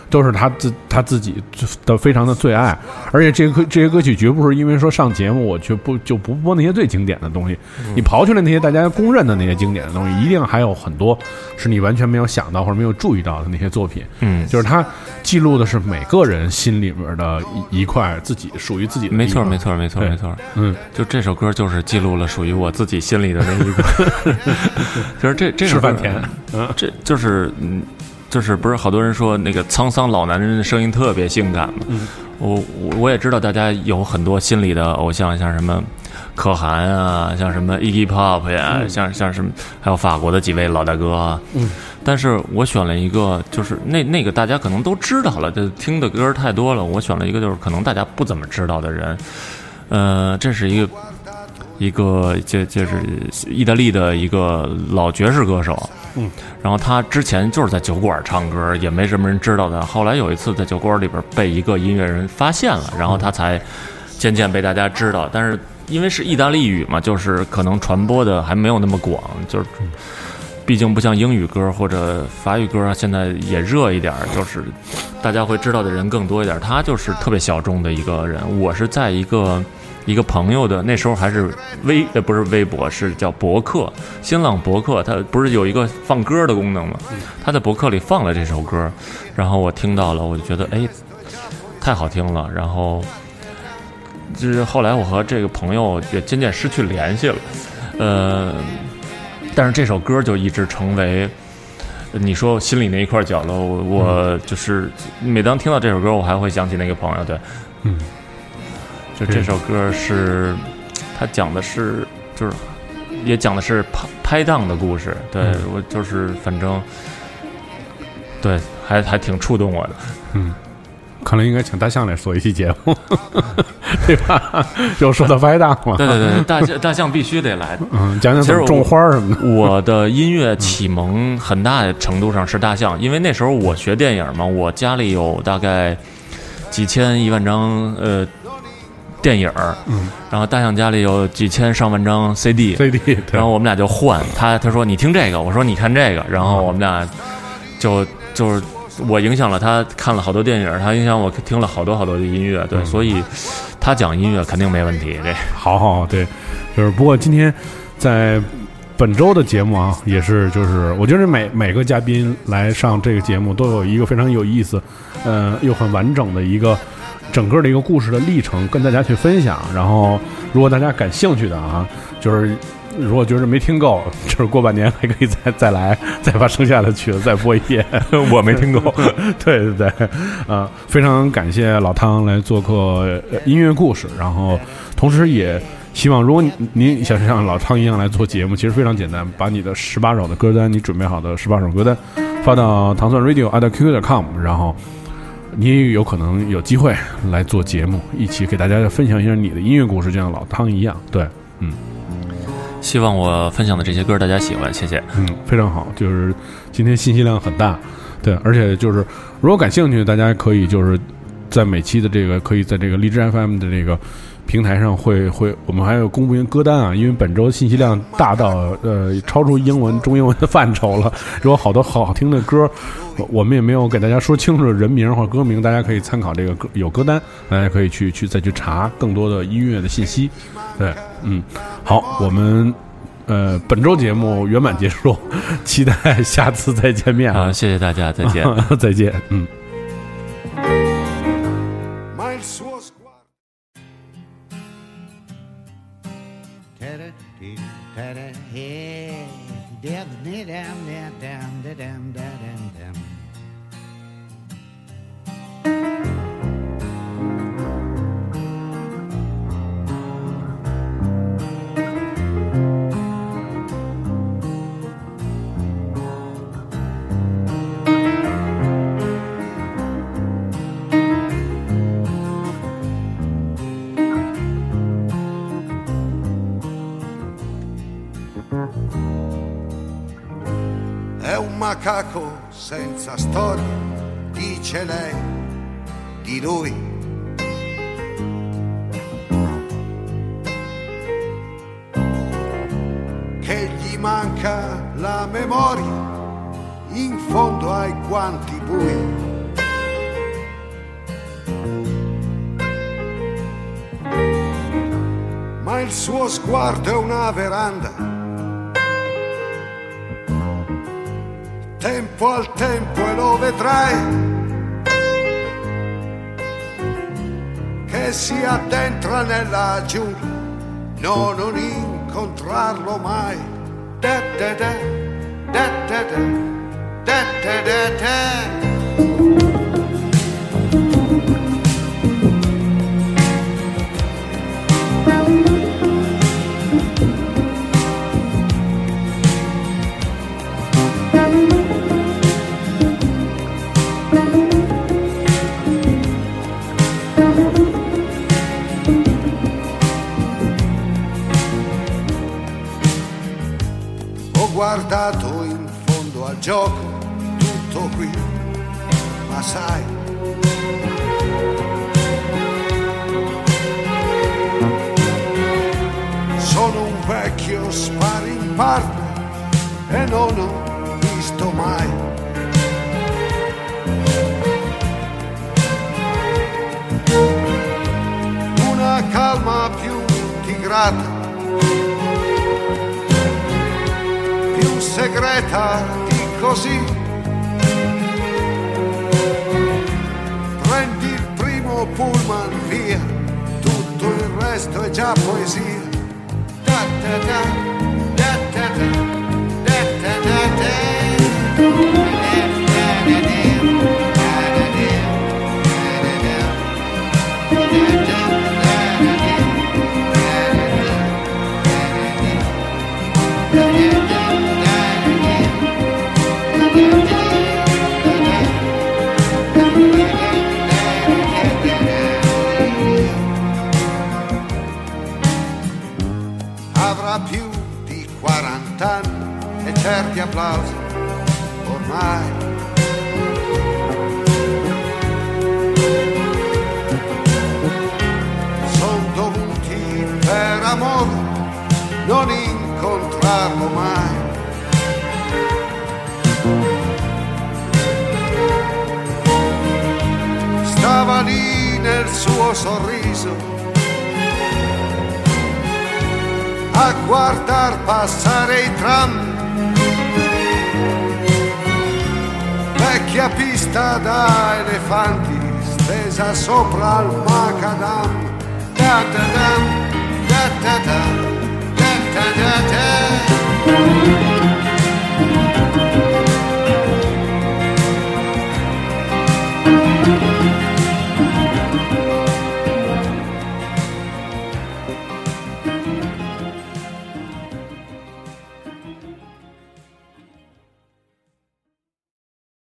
都是他自他自己的非常的最爱，而且这个这些歌曲绝不是因为说上节目我就不就不播那些最经典的东西，你刨去了那些大家公认的那些经典的东西，一定还有很多是你完全没有想到或者没有注意到的那些作品。嗯，就是他记录的是每个人心里面的一一块自己属于自己的。 没错，没错，没错，没错。嗯，就这首歌就是记录了属于我自己心里的那一个，就是这这是饭甜， 嗯，这就是嗯。就是不是好多人说那个沧桑老男人的声音特别性感嘛？嗯，我我也知道大家有很多心里的偶像，像什么可汗啊，像什么 Iggy Pop 呀，嗯、像像什么还有法国的几位老大哥啊。嗯，但是我选了一个，就是那那个大家可能都知道了，就听的歌太多了。我选了一个就是可能大家不怎么知道的人，呃，这是一个一个这就是意大利的一个老爵士歌手。嗯，然后他之前就是在酒馆唱歌，也没什么人知道他。后来有一次在酒馆里边被一个音乐人发现了，然后他才渐渐被大家知道。但是因为是意大利语嘛，就是可能传播的还没有那么广，就是毕竟不像英语歌或者法语歌现在也热一点，就是大家会知道的人更多一点。他就是特别小众的一个人。我是在一个一个朋友的那时候还是微呃不是微博，是叫博客，新浪博客，它不是有一个放歌的功能吗？他在博客里放了这首歌，然后我听到了，我就觉得哎太好听了。然后就是后来我和这个朋友也渐渐失去联系了，呃，但是这首歌就一直成为你说心里那一块角落。我就是每当听到这首歌，我还会想起那个朋友。对，嗯。就这首歌是，它讲的是，就是也讲的是拍拍档的故事。对、嗯、我就是反正，对，还还挺触动我的。 嗯，可能应该请大象来做一期节目，对吧？又说到拍档了。 对对对，大大象必须得来。 嗯，讲讲怎么种花什么的。 我的音乐启蒙很大程度上是大象，因为那时候我学电影嘛，我家里有大概几千一万张呃。电影，嗯，然后大象家里有几千上万张 C D，C D， 然后我们俩就换，他他说你听这个，我说你看这个，然后我们俩就就是我影响了他看了好多电影，他影响我听了好多好多的音乐，对，嗯、所以他讲音乐肯定没问题，对， 好好对，就是不过今天在本周的节目啊，也是就是我觉得每每个嘉宾来上这个节目都有一个非常有意思，呃，又很完整的一个。整个的一个故事的历程跟大家去分享，然后如果大家感兴趣的啊，就是如果觉得没听够，就是过半年还可以再再来，再把剩下的曲子再播一遍。 我没听够， 对对对，啊、呃，非常感谢老汤来做客音乐故事，然后同时也希望如果您想像老汤一样来做节目，其实非常简单，把你的十八首的歌单，你准备好的十八首歌单发到糖蒜 radio at qq 点 com， 然后。你也有可能有机会来做节目，一起给大家分享一下你的音乐故事，就像老汤一样。对，嗯， 希望我分享的这些歌大家喜欢，谢谢。 嗯，非常好，就是今天信息量很大，对，而且就是如果感兴趣，大家可以就是在每期的这个，可以在这个荔枝 F M 的这个平台上会会，我们还有公布歌单啊，因为本周信息量大到呃超出英文、中英文的范畴了，有好多好听的歌。我们也没有给大家说清楚人名或歌名，大家可以参考这个歌有歌单，大家可以去去再去查更多的音乐的信息。对，嗯，好，我们呃本周节目圆满结束，期待下次再见面啊！谢谢大家，再见， 再见，嗯。 È un macaco senza storia, dice lei di lui. Che gli manca la memoria in fondo ai guanti bui. nel suo sguardo è una veranda. Tempo al tempo e lo vedrai, che si addentra nella giungla, no, non incontrarlo mai. Da da da, da da da, da da da da. Ho guardato in fondo al gioco, tutto qui, ma sai, sono un vecchio sparring partner e non ho visto mai una calma più tigrata, più segreta di così. Prendi il primo pullman, via, tutto il resto è già poesia. Da da da, da da da, da da da da. Avrà più di quarant'anni e certi applausi ormai. Son dovuti per amore non incontrarlo mai. Stava lì nel suo sorriso a guardar passare i tram, vecchia pista da elefanti stesa sopra il macadam. Da da da, da da da.